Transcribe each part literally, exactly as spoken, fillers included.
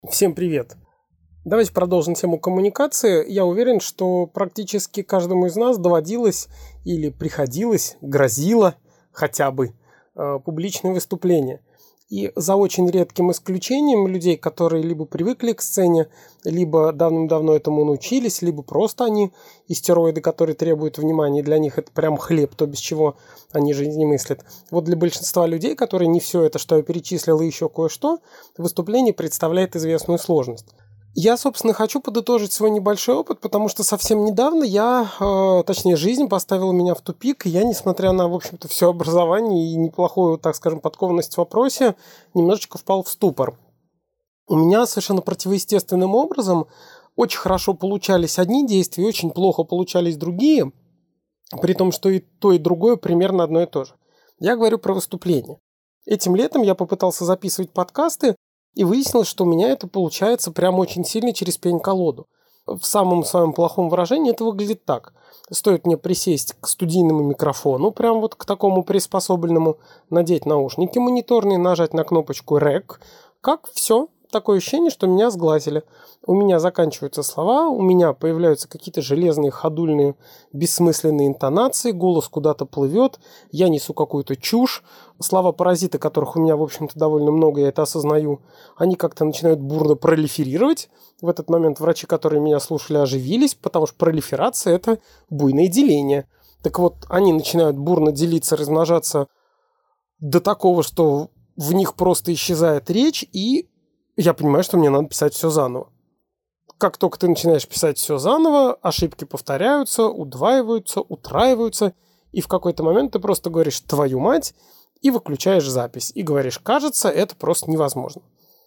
Всем привет! Давайте продолжим тему коммуникации. Я уверен, что практически каждому из нас доводилось или приходилось, грозило хотя бы э, публичное выступление. И за очень редким исключением людей, которые либо привыкли к сцене, либо давным-давно этому научились, либо просто они истероиды, которые требуют внимания, и для них это прям хлеб, то без чего они жизнь не мыслят. Вот для большинства людей, которые не все это, что я перечислил, и еще кое-что, выступление представляет известную сложность. Я, собственно, хочу подытожить свой небольшой опыт, потому что совсем недавно я, э, точнее, жизнь поставила меня в тупик, и я, несмотря на, в общем-то, все образование и неплохую, так скажем, подкованность в вопросе, немножечко впал в ступор. У меня совершенно противоестественным образом очень хорошо получались одни действия, очень плохо получались другие, при том, что и то, и другое примерно одно и то же. Я говорю про выступление. Этим летом я попытался записывать подкасты, и выяснилось, что у меня это получается прям очень сильно через пень-колоду. В самом своем плохом выражении это выглядит так. Стоит мне присесть к студийному микрофону, прям вот к такому приспособленному, надеть наушники мониторные, нажать на кнопочку рек, как все. Такое ощущение, что меня сглазили. У меня заканчиваются слова, у меня появляются какие-то железные, ходульные, бессмысленные интонации, голос куда-то плывет, я несу какую-то чушь. Слова-паразиты, которых у меня, в общем-то, довольно много, я это осознаю, они как-то начинают бурно пролиферировать. В этот момент врачи, которые меня слушали, оживились, потому что пролиферация – это буйное деление. Так вот, они начинают бурно делиться, размножаться до такого, что в них просто исчезает речь, и я понимаю, что мне надо писать все заново. Как только ты начинаешь писать все заново, ошибки повторяются, удваиваются, утраиваются, и в какой-то момент ты просто говоришь «твою мать» и выключаешь запись, и говоришь «кажется, это просто невозможно».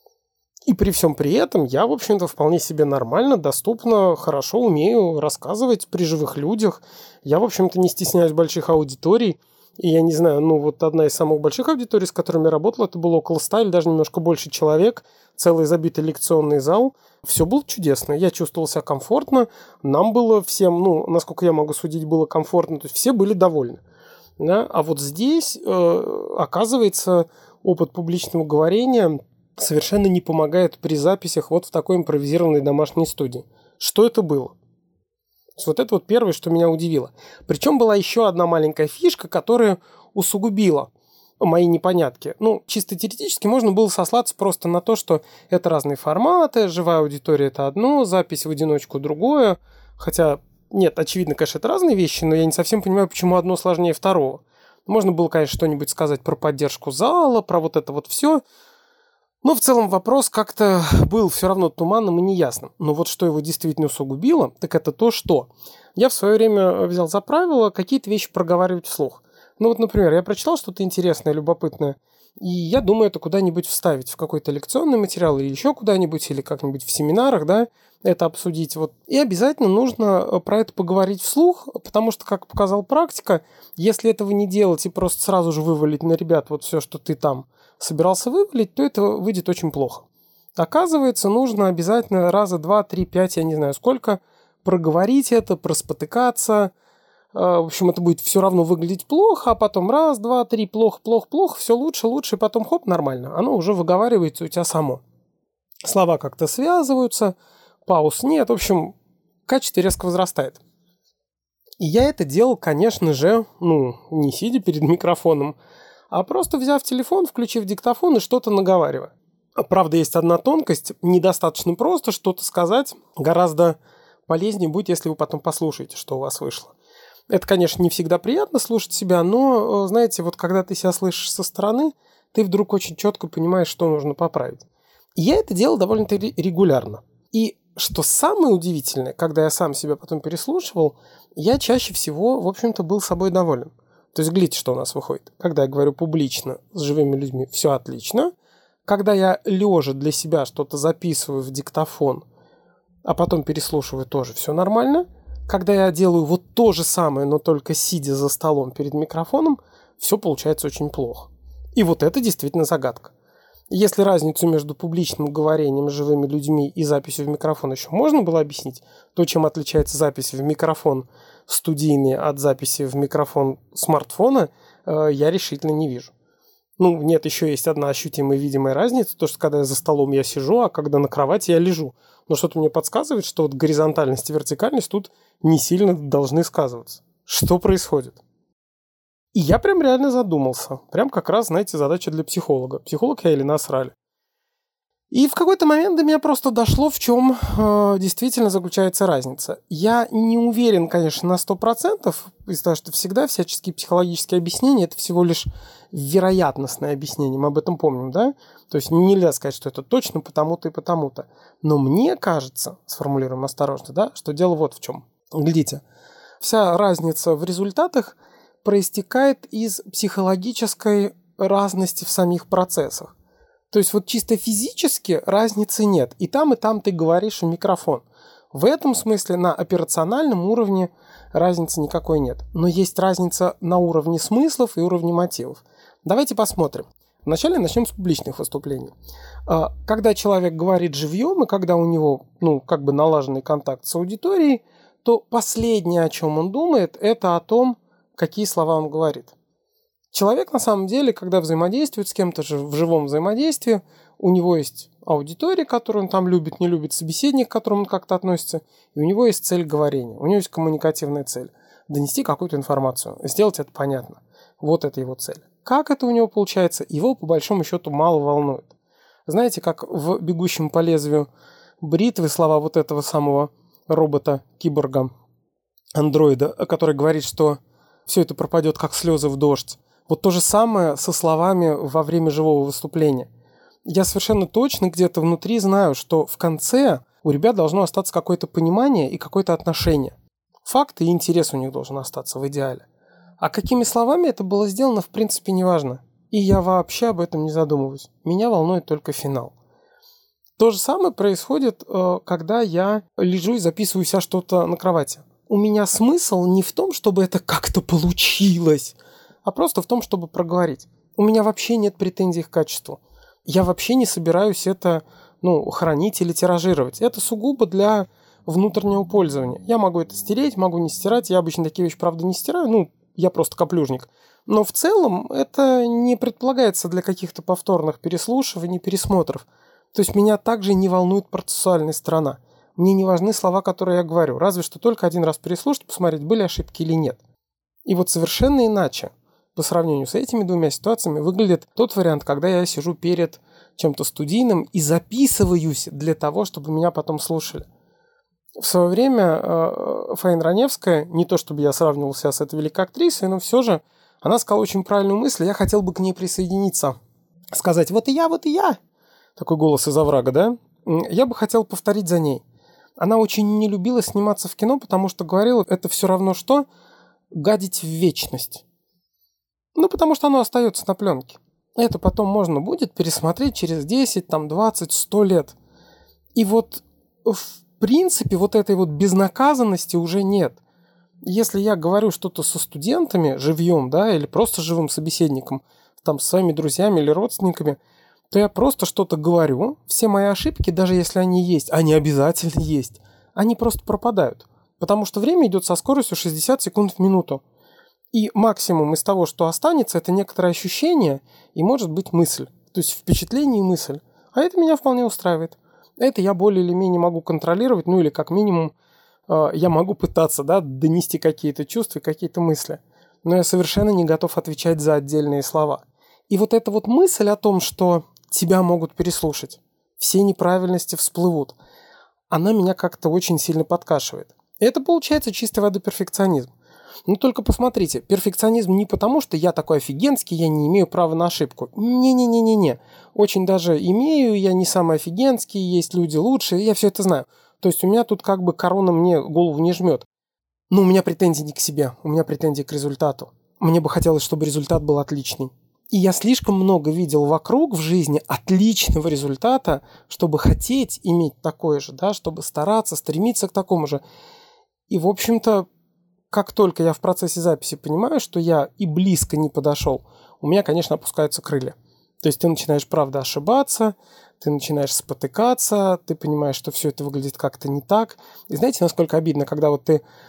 И при всем при этом я, в общем-то, вполне себе нормально, доступно, хорошо умею рассказывать при живых людях. Я, в общем-то, не стесняюсь больших аудиторий. И я не знаю, ну вот одна из самых больших аудиторий, с которыми я работал, это было около ста или даже немножко больше человек, целый забитый лекционный зал. Все было чудесно, я чувствовал себя комфортно, нам было всем, ну, насколько я могу судить, было комфортно, то есть все были довольны. Да? А вот здесь, э, оказывается, опыт публичного говорения совершенно не помогает при записях вот в такой импровизированной домашней студии. Что это было? Вот это вот первое, что меня удивило. Причем была еще одна маленькая фишка, которая усугубила мои непонятки. Ну, чисто теоретически можно было сослаться просто на то, что это разные форматы, живая аудитория – это одно, запись в одиночку – другое. Хотя, нет, очевидно, конечно, это разные вещи, но я не совсем понимаю, почему одно сложнее второго. Можно было, конечно, что-нибудь сказать про поддержку зала, про вот это вот все. Но в целом вопрос как-то был все равно туманным и неясным. Но вот что его действительно усугубило, так это то, что я в свое время взял за правило какие-то вещи проговаривать вслух. Ну вот, например, я прочитал что-то интересное, любопытное, и я думаю это куда-нибудь вставить в какой-то лекционный материал или еще куда-нибудь, или как-нибудь в семинарах, да, это обсудить. Вот. И обязательно нужно про это поговорить вслух, потому что, как показала практика, если этого не делать и просто сразу же вывалить на ребят вот все, что ты там собирался вывалить, то это выйдет очень плохо. Оказывается, нужно обязательно раза два, три, пять, я не знаю сколько, проговорить это, проспотыкаться. В общем, это будет все равно выглядеть плохо, а потом раз, два, три, плохо, плохо, плохо, все лучше, лучше, и потом хоп, нормально. Оно уже выговаривается у тебя само. Слова как-то связываются, пауз нет, в общем, качество резко возрастает. И я это делал, конечно же, ну, не сидя перед микрофоном, а просто взяв телефон, включив диктофон и что-то наговаривая. Правда, есть одна тонкость. Недостаточно просто что-то сказать. Гораздо полезнее будет, если вы потом послушаете, что у вас вышло. Это, конечно, не всегда приятно слушать себя, но, знаете, вот когда ты себя слышишь со стороны, ты вдруг очень четко понимаешь, что нужно поправить. И я это делал довольно-таки регулярно. И что самое удивительное, когда я сам себя потом переслушивал, я чаще всего, в общем-то, был собой доволен. То есть, глядите, что у нас выходит. Когда я говорю публично с живыми людьми, все отлично. Когда я лежа для себя что-то записываю в диктофон, а потом переслушиваю, тоже все нормально. Когда я делаю вот то же самое, но только сидя за столом перед микрофоном, все получается очень плохо. И вот это действительно загадка. Если разницу между публичным говорением с живыми людьми и записью в микрофон еще можно было объяснить, то, чем отличается запись в микрофон студийный от записи в микрофон смартфона, я решительно не вижу. Ну, нет, еще есть одна ощутимая видимая разница, то, что когда я за столом я сижу, а когда на кровати я лежу. Но что-то мне подсказывает, что вот горизонтальность и вертикальность тут не сильно должны сказываться. Что происходит? И я прям реально задумался. Прям как раз, знаете, задача для психолога. Психолог я или насрали. И в какой-то момент до меня просто дошло, в чем э, действительно заключается разница. Я не уверен, конечно, на сто процентов, из-за того, что всегда всяческие психологические объяснения – это всего лишь вероятностное объяснение, мы об этом помним, да? То есть нельзя сказать, что это точно потому-то и потому-то. Но мне кажется, сформулируем осторожно, да, что дело вот в чем. Глядите, вся разница в результатах проистекает из психологической разности в самих процессах. То есть вот чисто физически разницы нет. И там, и там ты говоришь в микрофон. В этом смысле на операциональном уровне разницы никакой нет. Но есть разница на уровне смыслов и уровне мотивов. Давайте посмотрим. Вначале начнем с публичных выступлений. Когда человек говорит живьем, и когда у него, ну, как бы налаженный контакт с аудиторией, то последнее, о чем он думает, это о том, какие слова он говорит. Человек, на самом деле, когда взаимодействует с кем-то же в живом взаимодействии, у него есть аудитория, которую он там любит, не любит, собеседник, к которому он как-то относится, и у него есть цель говорения, у него есть коммуникативная цель – донести какую-то информацию, сделать это понятно. Вот это его цель. Как это у него получается, его по большому счету мало волнует. Знаете, как в «Бегущем по лезвию бритвы» слова вот этого самого робота-киборга, андроида, который говорит, что все это пропадет, как слезы в дождь. Вот то же самое со словами во время живого выступления. Я совершенно точно где-то внутри знаю, что в конце у ребят должно остаться какое-то понимание и какое-то отношение. Факты и интерес у них должен остаться в идеале. А какими словами это было сделано, в принципе, не важно. И я вообще об этом не задумываюсь. Меня волнует только финал. То же самое происходит, когда я лежу и записываю себя что-то на кровати. У меня смысл не в том, чтобы это как-то получилось, а просто в том, чтобы проговорить. У меня вообще нет претензий к качеству. Я вообще не собираюсь это, ну, хранить или тиражировать. Это сугубо для внутреннего пользования. Я могу это стереть, могу не стирать. Я обычно такие вещи, правда, не стираю. Ну, я просто каплюжник. Но в целом это не предполагается для каких-то повторных переслушиваний, пересмотров. То есть меня также не волнует процессуальная сторона. Мне не важны слова, которые я говорю. Разве что только один раз переслушать, посмотреть, были ошибки или нет. И вот совершенно иначе по сравнению с этими двумя ситуациями выглядит тот вариант, когда я сижу перед чем-то студийным и записываюсь для того, чтобы меня потом слушали. В свое время э, Фаина Раневская, не то чтобы я сравнивал себя с этой великой актрисой, но все же она сказала очень правильную мысль, я хотел бы к ней присоединиться. Сказать «вот и я, вот и я». Такой голос из оврага, да? Я бы хотел повторить за ней. Она очень не любила сниматься в кино, потому что говорила, это все равно что гадить в вечность. Ну, потому что оно остается на пленке. Это потом можно будет пересмотреть через десять, там, двадцать, сто лет. И вот в принципе вот этой вот безнаказанности уже нет. Если я говорю что-то со студентами живьем, да, или просто живым собеседником, там, с своими друзьями или родственниками, то я просто что-то говорю. Все мои ошибки, даже если они есть, они обязательно есть, они просто пропадают. Потому что время идет со скоростью шестьдесят секунд в минуту. И максимум из того, что останется, это некоторое ощущение и, может быть, мысль. То есть впечатление и мысль. А это меня вполне устраивает. Это я более или менее могу контролировать, ну или как минимум э, я могу пытаться, да, донести какие-то чувства, какие-то мысли. Но я совершенно не готов отвечать за отдельные слова. И вот эта вот мысль о том, что тебя могут переслушать, все неправильности всплывут, она меня как-то очень сильно подкашивает. И это получается чистой воды перфекционизм. Ну только посмотрите, перфекционизм не потому, что я такой офигенский, я не имею права на ошибку. Не-не-не-не-не. Очень даже имею, я не самый офигенский, есть люди лучше, я все это знаю. То есть у меня тут как бы корона мне голову не жмет. Но у меня претензии не к себе, у меня претензии к результату. Мне бы хотелось, чтобы результат был отличный. И я слишком много видел вокруг в жизни отличного результата, чтобы хотеть иметь такое же, да, чтобы стараться, стремиться к такому же. И, в общем-то, как только я в процессе записи понимаю, что я и близко не подошел, у меня, конечно, опускаются крылья. То есть ты начинаешь, правда, ошибаться, ты начинаешь спотыкаться, ты понимаешь, что все это выглядит как-то не так. И знаете, насколько обидно, когда вот ты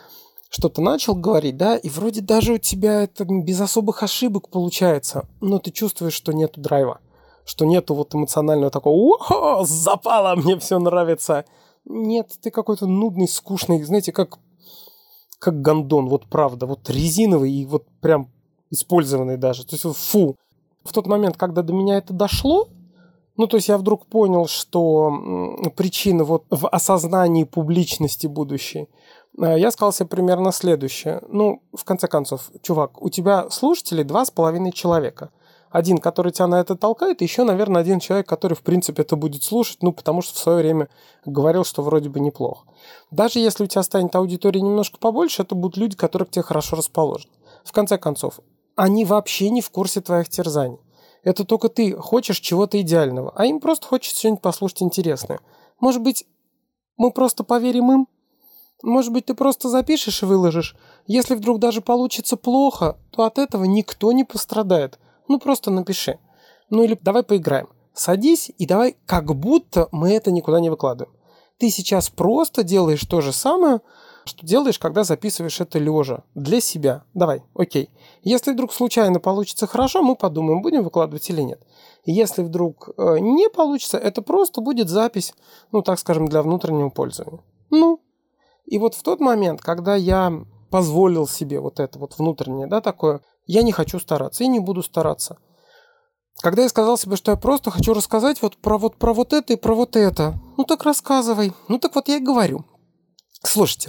что-то начал говорить, да, и вроде даже у тебя это без особых ошибок получается, но ты чувствуешь, что нету драйва, что нету вот эмоционального такого «О, запало, мне все нравится». Нет, ты какой-то нудный, скучный, знаете, как, как гондон, вот правда, вот резиновый и вот прям использованный даже. То есть вот, фу. В тот момент, когда до меня это дошло, ну, то есть я вдруг понял, что м, причина вот в осознании публичности будущей. Э, Я сказал себе примерно следующее. Ну, в конце концов, чувак, у тебя слушателей два с половиной человека. Один, который тебя на это толкает, и еще, наверное, один человек, который, в принципе, это будет слушать, ну, потому что в свое время говорил, что вроде бы неплохо. Даже если у тебя станет аудитория немножко побольше, это будут люди, которые к тебе хорошо расположены. В конце концов, они вообще не в курсе твоих терзаний. Это только ты хочешь чего-то идеального, а им просто хочется что-нибудь послушать интересное. Может быть, мы просто поверим им? Может быть, ты просто запишешь и выложишь? Если вдруг даже получится плохо, то от этого никто не пострадает. Ну, просто напиши. Ну или давай поиграем. Садись и давай, как будто мы это никуда не выкладываем. Ты сейчас просто делаешь то же самое, что делаешь, когда записываешь это лежа. Для себя. Давай, окей. Если вдруг случайно получится хорошо, мы подумаем, будем выкладывать или нет. Если вдруг э, не получится, это просто будет запись, ну, так скажем, для внутреннего пользования. Ну, и вот в тот момент, когда я позволил себе вот это вот внутреннее, да, такое, я не хочу стараться и не буду стараться. Когда я сказал себе, что я просто хочу рассказать вот про вот, про вот это и про вот это, ну так рассказывай. Ну так вот я и говорю. Слушайте,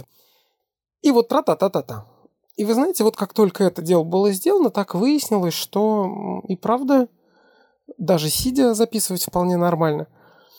и вот тра-та-та-та-та. И вы знаете, вот как только это дело было сделано, так выяснилось, что м, и правда, даже сидя записывать вполне нормально.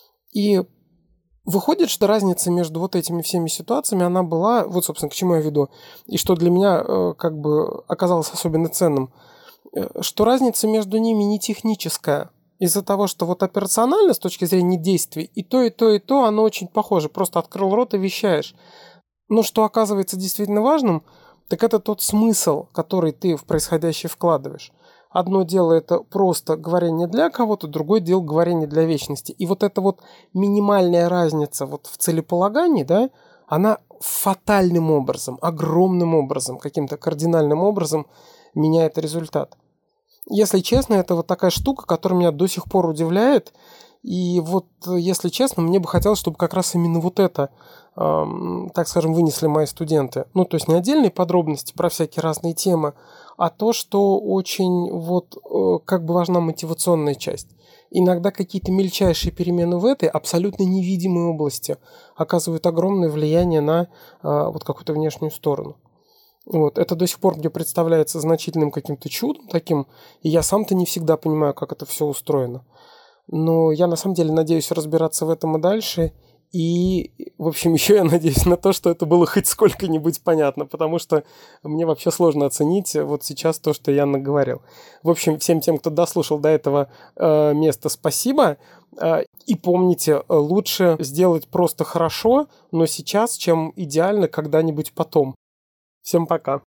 И выходит, что разница между вот этими всеми ситуациями, она была, вот, собственно, к чему я веду, и что для меня э, как бы оказалось особенно ценным, э, что разница между ними не техническая. Из-за того, что вот операционально, с точки зрения действий, и то, и то, и то, оно очень похоже. Просто открыл рот и вещаешь. Но что оказывается действительно важным, так это тот смысл, который ты в происходящее вкладываешь. Одно дело это просто говорение для кого-то, другое дело говорение для вечности. И вот эта вот минимальная разница вот в целеполагании, да, она фатальным образом, огромным образом, каким-то кардинальным образом меняет результат. Если честно, это вот такая штука, которая меня до сих пор удивляет. И вот, если честно, мне бы хотелось, чтобы как раз именно вот это, эм, так скажем, вынесли мои студенты. Ну, то есть не отдельные подробности про всякие разные темы, а то, что очень вот э, как бы важна мотивационная часть. Иногда какие-то мельчайшие перемены в этой абсолютно невидимой области оказывают огромное влияние на э, вот какую-то внешнюю сторону. Вот. Это до сих пор мне представляется значительным каким-то чудом таким, и я сам-то не всегда понимаю, как это все устроено. Но я на самом деле надеюсь разбираться в этом и дальше. И, в общем, еще я надеюсь на то, что это было хоть сколько-нибудь понятно, потому что мне вообще сложно оценить вот сейчас то, что я наговорил. В общем, всем тем, кто дослушал до этого э, места, спасибо. Э, и помните, лучше сделать просто хорошо, но сейчас, чем идеально когда-нибудь потом. Всем пока.